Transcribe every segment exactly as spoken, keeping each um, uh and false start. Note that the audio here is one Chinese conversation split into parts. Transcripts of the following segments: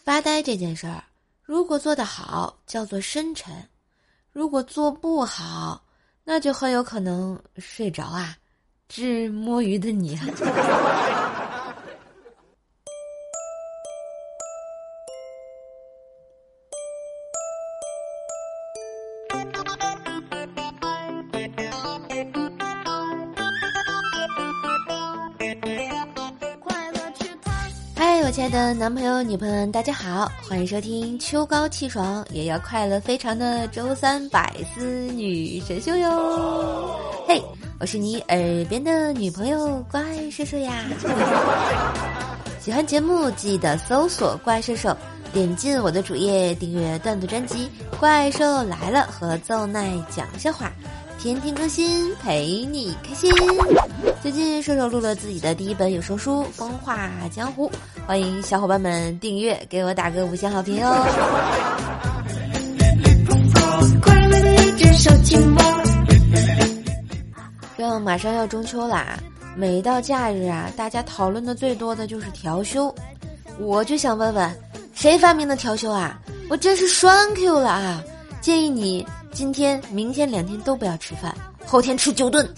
发呆这件事儿，如果做得好，叫做深沉；如果做不好，那就很有可能睡着啊，致摸鱼的你啊。嗨，我亲爱的男朋友女朋友大家好，欢迎收听秋高气爽也要快乐非常的周三百思女神秀哟。嘿，我是你耳边的女朋友怪兽兽呀。喜欢节目记得搜索怪兽兽，点进我的主页订阅段子专辑怪兽来了和奏奈讲笑话，天天更新陪你开心。最近射手录了自己的第一本有声书《风化江湖》，欢迎小伙伴们订阅，给我打个五星好评哦。这马上要中秋啦，每到假日啊，大家讨论的最多的就是调休。我就想问问，谁发明的调休啊？我真是双 Q 了啊！建议你今天、明天两天都不要吃饭，后天吃九顿。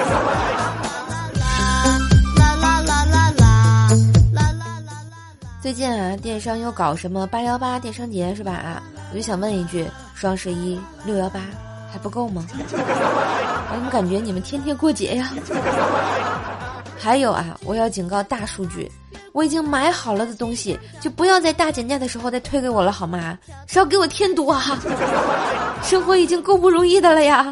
最近啊，电商又搞什么八幺八电商节是吧？啊，我就想问一句，双十一、六幺八还不够吗？我怎么感觉你们天天过节呀？还有啊，我要警告大数据，我已经买好了的东西，就不要在大减价的时候再推给我了好吗？是要给我添堵啊！生活已经够不容易的了呀。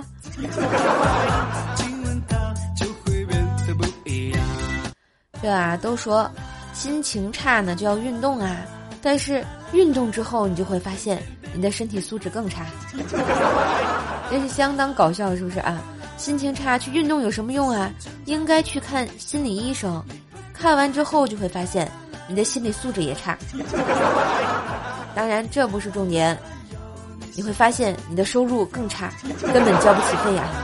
对啊，都说心情差呢就要运动啊，但是运动之后你就会发现你的身体素质更差，真是相当搞笑，是不是啊？心情差去运动有什么用啊？应该去看心理医生，看完之后就会发现你的心理素质也差。当然这不是重点，你会发现你的收入更差，根本交不起费呀。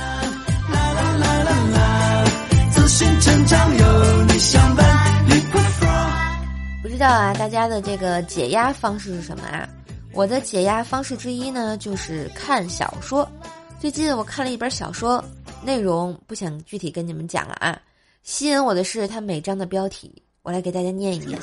自信成长有你相伴。不知道啊，大家的这个解压方式是什么啊？我的解压方式之一呢，就是看小说。最近我看了一本小说，内容不想具体跟你们讲了啊。吸引我的是它每章的标题，我来给大家念一念。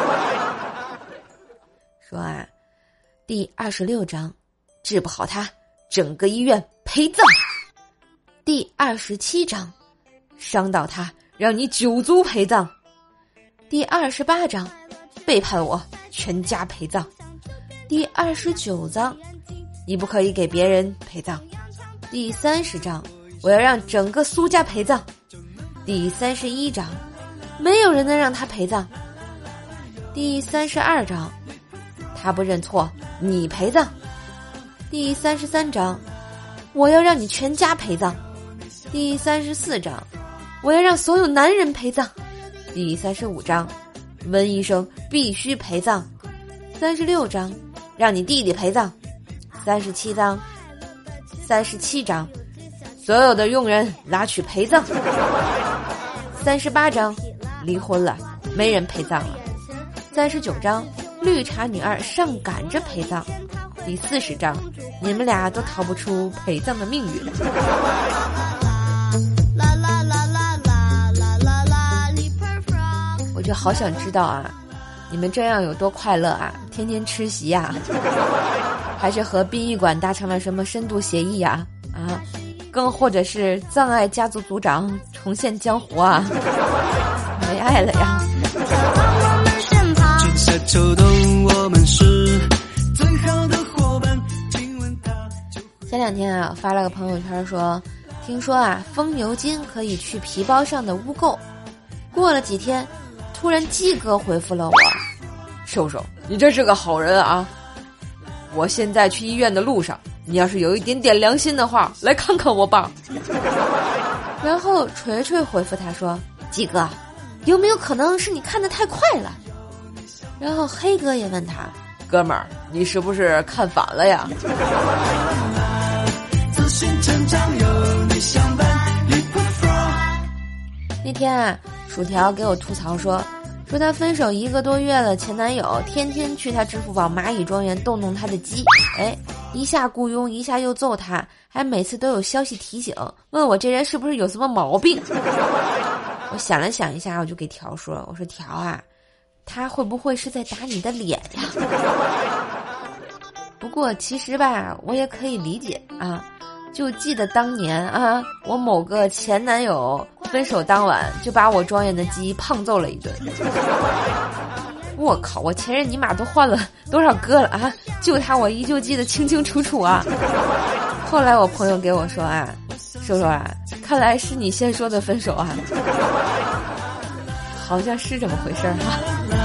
说啊，第二十六章，治不好它，整个医院陪葬。第二十七章，伤到他，让你九族陪葬。第二十八章，背叛我，全家陪葬。第二十九章，你不可以给别人陪葬。第三十章，我要让整个苏家陪葬。第三十一章，没有人能让他陪葬。第三十二章，他不认错，你陪葬。第三十三章，我要让你全家陪葬。第三十四章，我要让所有男人陪葬。第三十五章，温医生必须陪葬。三十六章，让你弟弟陪葬。三十七章，三十七章，所有的佣人拉去陪葬。三十八章，离婚了，没人陪葬了。三十九章，绿茶女二上赶着陪葬。第四十章，你们俩都逃不出陪葬的命运。我就好想知道啊，你们这样有多快乐啊？天天吃席啊，还是和殡仪馆达成了什么深度协议啊？啊，更或者是葬爱家族族长重现江湖啊？没爱了呀。前两天啊，发了个朋友圈说，听说啊，风牛精可以去皮包上的污垢。过了几天，突然季哥回复了我，瘦瘦，你这是个好人啊！我现在去医院的路上，你要是有一点点良心的话，来看看我吧。然后锤锤回复他说，季哥，有没有可能是你看得太快了？然后黑哥也问他，哥们儿，你是不是看反了呀？那天啊，薯条给我吐槽说， 说她分手一个多月了，前男友天天去她支付宝蚂蚁庄园逗弄她的鸡，哎，一下雇佣，一下又揍她，还每次都有消息提醒，问我这人是不是有什么毛病。我想了想一下，我就给条说了，我说条啊，他会不会是在打你的脸呀？不过其实吧，我也可以理解啊。就记得当年啊，我某个前男友分手当晚就把我庄园的鸡胖揍了一顿。我靠，我前任尼玛都换了多少个了啊？就他我依旧记得清清楚楚啊。后来我朋友给我说啊，说说啊，看来是你先说的分手啊。好像是这么回事儿哈。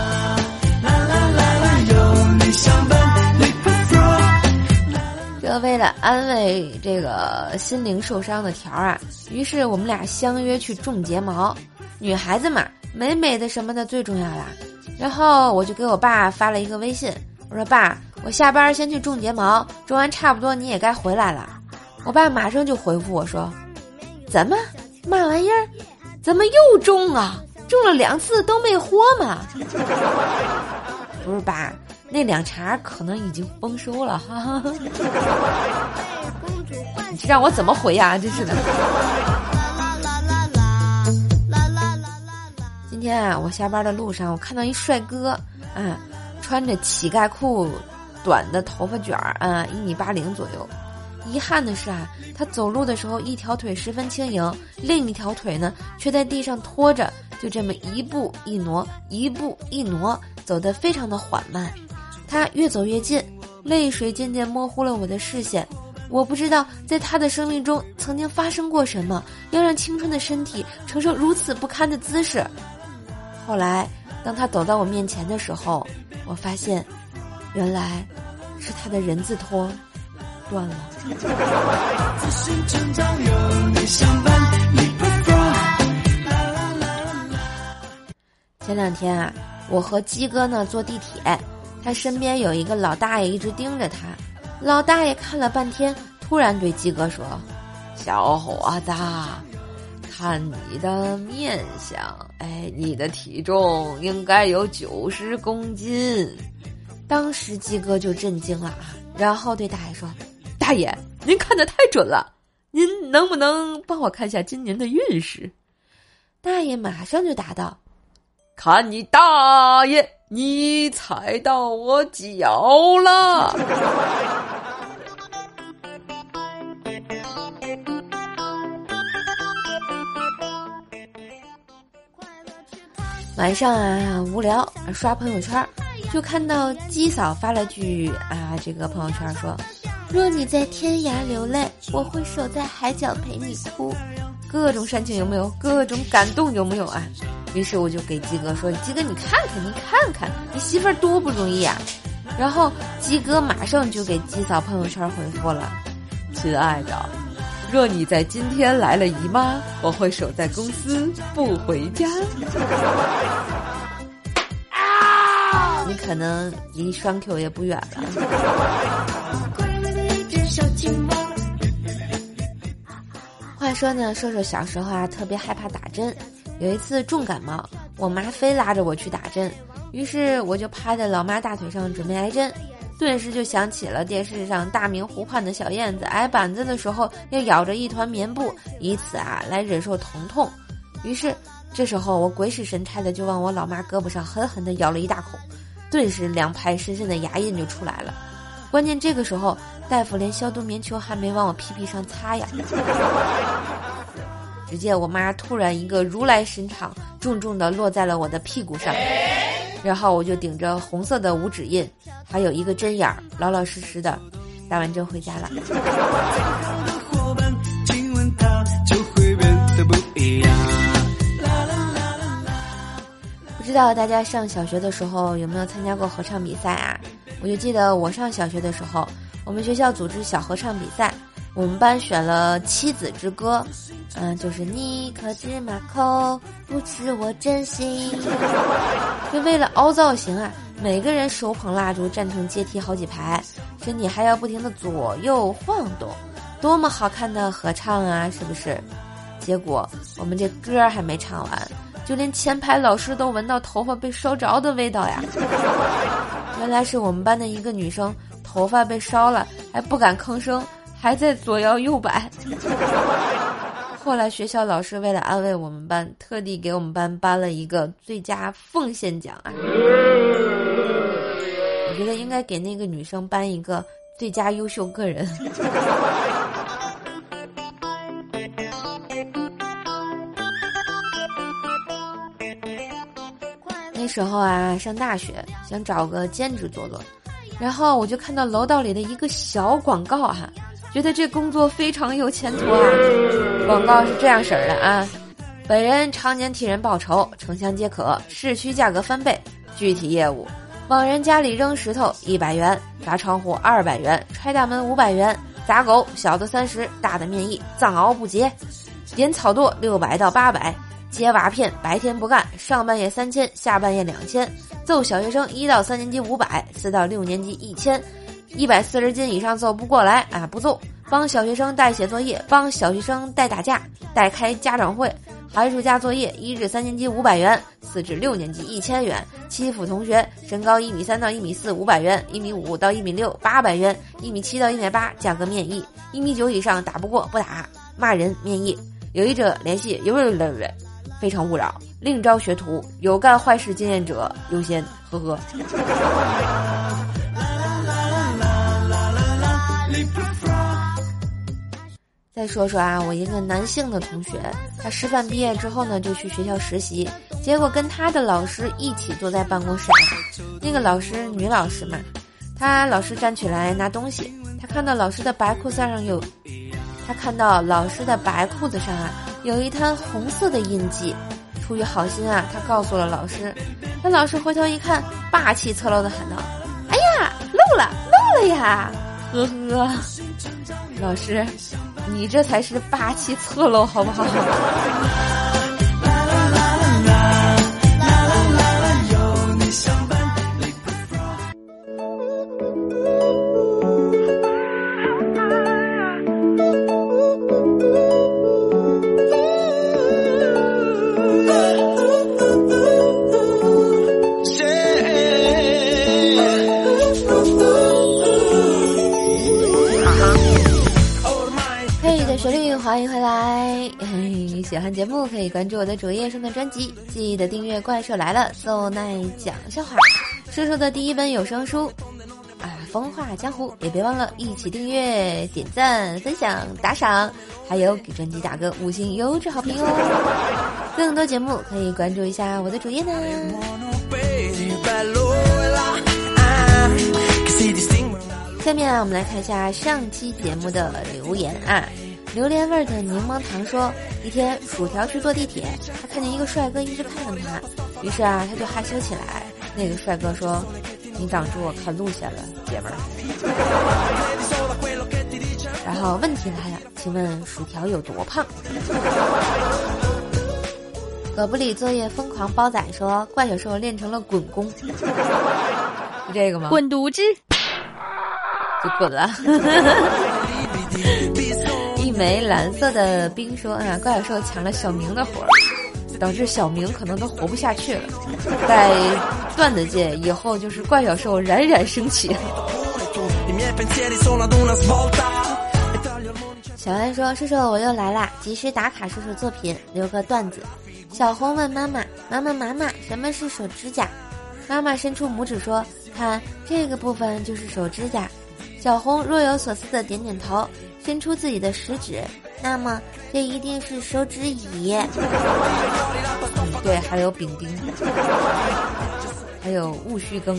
这为了安慰这个心灵受伤的条啊，于是我们俩相约去种睫毛。女孩子嘛，美美的什么的最重要啦。然后我就给我爸发了一个微信，我说爸，我下班先去种睫毛，种完差不多你也该回来了。我爸马上就回复我说，怎么嘛玩意儿，怎么又种啊？种了两次都没活嘛？不是爸，那两茬可能已经丰收了，哈哈。你这让我怎么回呀？真是的。今天啊，我下班的路上，我看到一帅哥，啊，穿着乞丐裤，短的头发卷儿，啊，一米八零左右。遗憾的是啊，他走路的时候一条腿十分轻盈，另一条腿呢却在地上拖着，就这么一步一挪，一步一挪，走得非常的缓慢。他越走越近，泪水渐渐模糊了我的视线。我不知道在他的生命中曾经发生过什么，要让青春的身体承受如此不堪的姿势。后来当他走到我面前的时候，我发现原来是他的人字拖断了。前两天啊，我和鸡哥呢坐地铁，他身边有一个老大爷一直盯着他。老大爷看了半天，突然对鸡哥说，小伙子，看你的面相，哎，你的体重应该有九十公斤。当时鸡哥就震惊了啊，然后对大爷说，大爷，您看得太准了，您能不能帮我看一下今年的运势？大爷马上就答道，看你大爷，你踩到我脚了。晚上啊，无聊刷朋友圈，就看到鸡嫂发了句啊，这个朋友圈说，若你在天涯流泪，我会守在海角陪你哭。各种煽情有没有？各种感动有没有啊？于是我就给鸡哥说，鸡哥你看看，你看看，你媳妇儿多不容易啊。然后鸡哥马上就给鸡嫂朋友圈回复了，亲爱的，若你在今天来了姨妈，我会守在公司不回家。啊！你可能离双 Q 也不远了。话说呢，瘦瘦小时候啊特别害怕打针，有一次重感冒，我妈非拉着我去打针，于是我就趴在老妈大腿上准备挨针。顿时就想起了电视上大明湖畔的小燕子挨板子的时候要咬着一团棉布，以此啊来忍受疼痛。于是这时候我鬼使神差的就往我老妈胳膊上狠狠地咬了一大口，顿时两排深深的牙印就出来了。关键这个时候大夫连消毒棉球还没往我屁屁上擦呀。只见我妈突然一个如来神掌重重地落在了我的屁股上，然后我就顶着红色的五指印，还有一个针眼儿，老老实实的打完针回家了。不知道大家上小学的时候有没有参加过合唱比赛啊？我就记得我上小学的时候，我们学校组织小合唱比赛，我们班选了七子之歌，嗯，就是你可知马口不知我真心。就为了凹造型啊，每个人手捧蜡烛站成阶梯好几排，身体还要不停的左右晃动，多么好看的合唱啊，是不是？结果我们这歌还没唱完， 就连前排老师都闻到头发被烧着的味道呀。原来是我们班的一个女生头发被烧了，还不敢吭声，还在左摇右摆。后来学校老师为了安慰我们班，特地给我们班颁了一个最佳奉献奖啊。我觉得应该给那个女生颁一个最佳优秀个人。那时候啊，上大学想找个兼职做做，然后我就看到楼道里的一个小广告哈、啊，觉得这工作非常有前途啊。广告是这样式儿的啊：本人常年替人报仇，城乡皆可，市区价格翻倍。具体业务：往人家里扔石头一百元，砸窗户二百元，踹大门五百元，砸狗小的三十，大的面议，藏獒不结。点草垛六百到八百。接瓦片白天不干，上半夜三千，下半夜两千。揍小学生一到三年级五百，四到六年级一千。一百四十斤以上揍不过来啊，不揍。帮小学生代写作业，帮小学生代打架，代开家长会。寒暑假作业一至三年级五百元，四至六年级一千元。欺负同学，身高一米三到一米四五百元，一米五到一米六八百元，一米七到一米八价格面议，一米九以上打不过不打，骂人面议。有意者联系有有有有。非诚勿扰，另招学徒，有干坏事经验者优先，呵呵。再说说啊，我一个男性的同学，他师范毕业之后呢，就去学校实习，结果跟他的老师一起坐在办公室上。那个老师女老师嘛，他老师站起来拿东西，他看到老师的白裤子上有，他看到老师的白裤子上啊。有一滩红色的印记，出于好心啊，他告诉了老师。那老师回头一看，霸气侧漏的喊道：“哎呀，漏了，漏了呀！”呵呵，老师，你这才是霸气侧漏，好不好？欢迎回来！喜欢节目可以关注我的主页上的专辑，记得订阅《怪兽来了》，奏奈讲笑话，说说的第一本有声书啊，《风化江湖》也别忘了一起订阅、点赞、分享、打赏，还有给专辑打个五星优质好评哦！更多节目可以关注一下我的主页呢。下面啊，我们来看一下上期节目的留言啊。榴莲味的柠檬糖说，一天薯条去坐地铁，他看见一个帅哥一直看着他，于是啊他就害羞起来。那个帅哥说：“你挡住我看路线了，姐们儿。”然后问题来了，请问薯条有多胖？葛布里作业疯狂包仔说，怪小兽练成了滚功，是这个吗？ 滚犊子， 就滚了。一枚蓝色的冰说啊，怪小兽抢了小明的活儿，导致小明可能都活不下去了。在段子界以后就是怪小兽冉冉升起。小安说，叔叔我又来啦，及时打卡叔叔作品，留个段子。小红问妈妈，妈妈妈妈什么是手指甲？妈妈伸出拇指说，看这个部分就是手指甲。小红若有所思的点点头，伸出自己的食指，那么这一定是手指乙。嗯，对，还有丙丁，还有戊戌庚，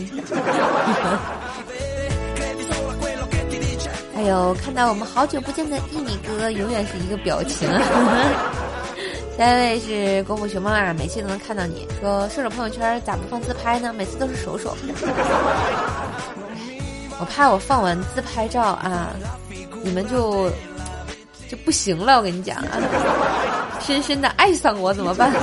还有看到我们好久不见的一米哥，永远是一个表情。下一位是功夫熊猫啊，每期都能看到你说射手朋友圈咋不放自拍呢？每次都是手手。我怕我放完自拍照啊，你们就就不行了，我跟你讲啊，深深的爱上我怎么办？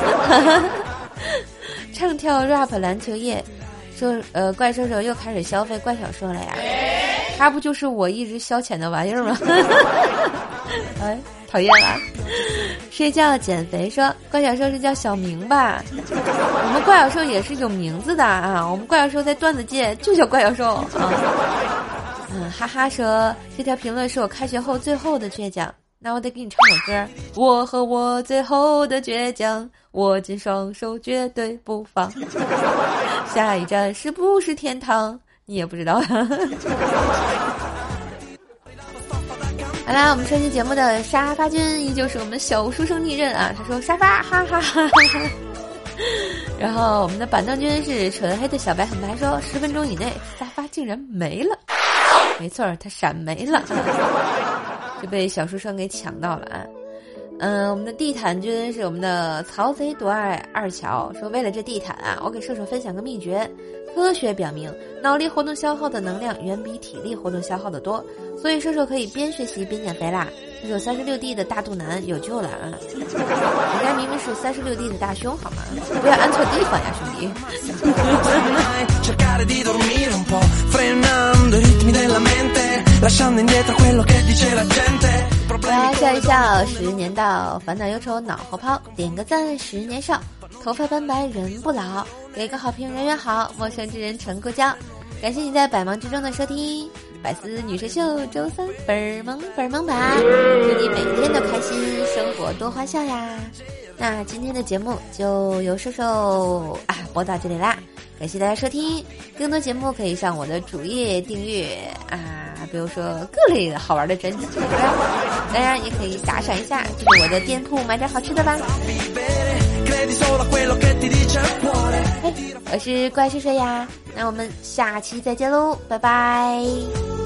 唱跳 rap 篮球夜，说呃怪兽兽又开始消费怪小兽了呀，他不就是我一直消遣的玩意儿吗？哎，讨厌了。 睡觉减肥说怪小兽是叫小明吧？我们怪小兽也是有名字的啊，我们怪小兽在段子界就叫怪小兽啊。嗯，哈哈说这条评论是我开学后最后的倔强，那我得给你唱首歌。我和我最后的倔强，握紧双手绝对不放。下一站是不是天堂？你也不知道。好啦，我们这期节目的沙发君依旧是我们的小书生昵刃啊，他说沙发，哈哈哈哈。然后我们的板凳君是纯黑的小白很白说十分钟以内沙发竟然没了，没错，他闪没了，就被小书生给抢到了啊。嗯，我们的地毯君是我们的曹贼夺爱二乔说为了这地毯啊，我给射手分享个秘诀。科学表明，脑力活动消耗的能量远比体力活动消耗的多，所以射手可以边学习边减肥啦。这首三十六 D 的大肚腩有救了啊！人家明明是三十六 D 的大胸好吗？不要按错地方呀，兄弟！来笑一笑，十年到，烦恼忧愁脑后抛，点个赞，十年少，头发斑白人不老，给个好评人缘好，陌生之人成故交。感谢你在百忙之中的收听，百思女神秀周三本儿萌本儿萌版，祝你每天都开心，生活多欢笑呀！那今天的节目就由瘦瘦啊播到这里啦，感谢大家收听，更多节目可以上我的主页订阅啊，比如说各类的好玩的专辑，当然也可以打赏一下，去我的店铺买点好吃的吧。嘿，我是怪睡睡呀，那我们下期再见喽，拜拜。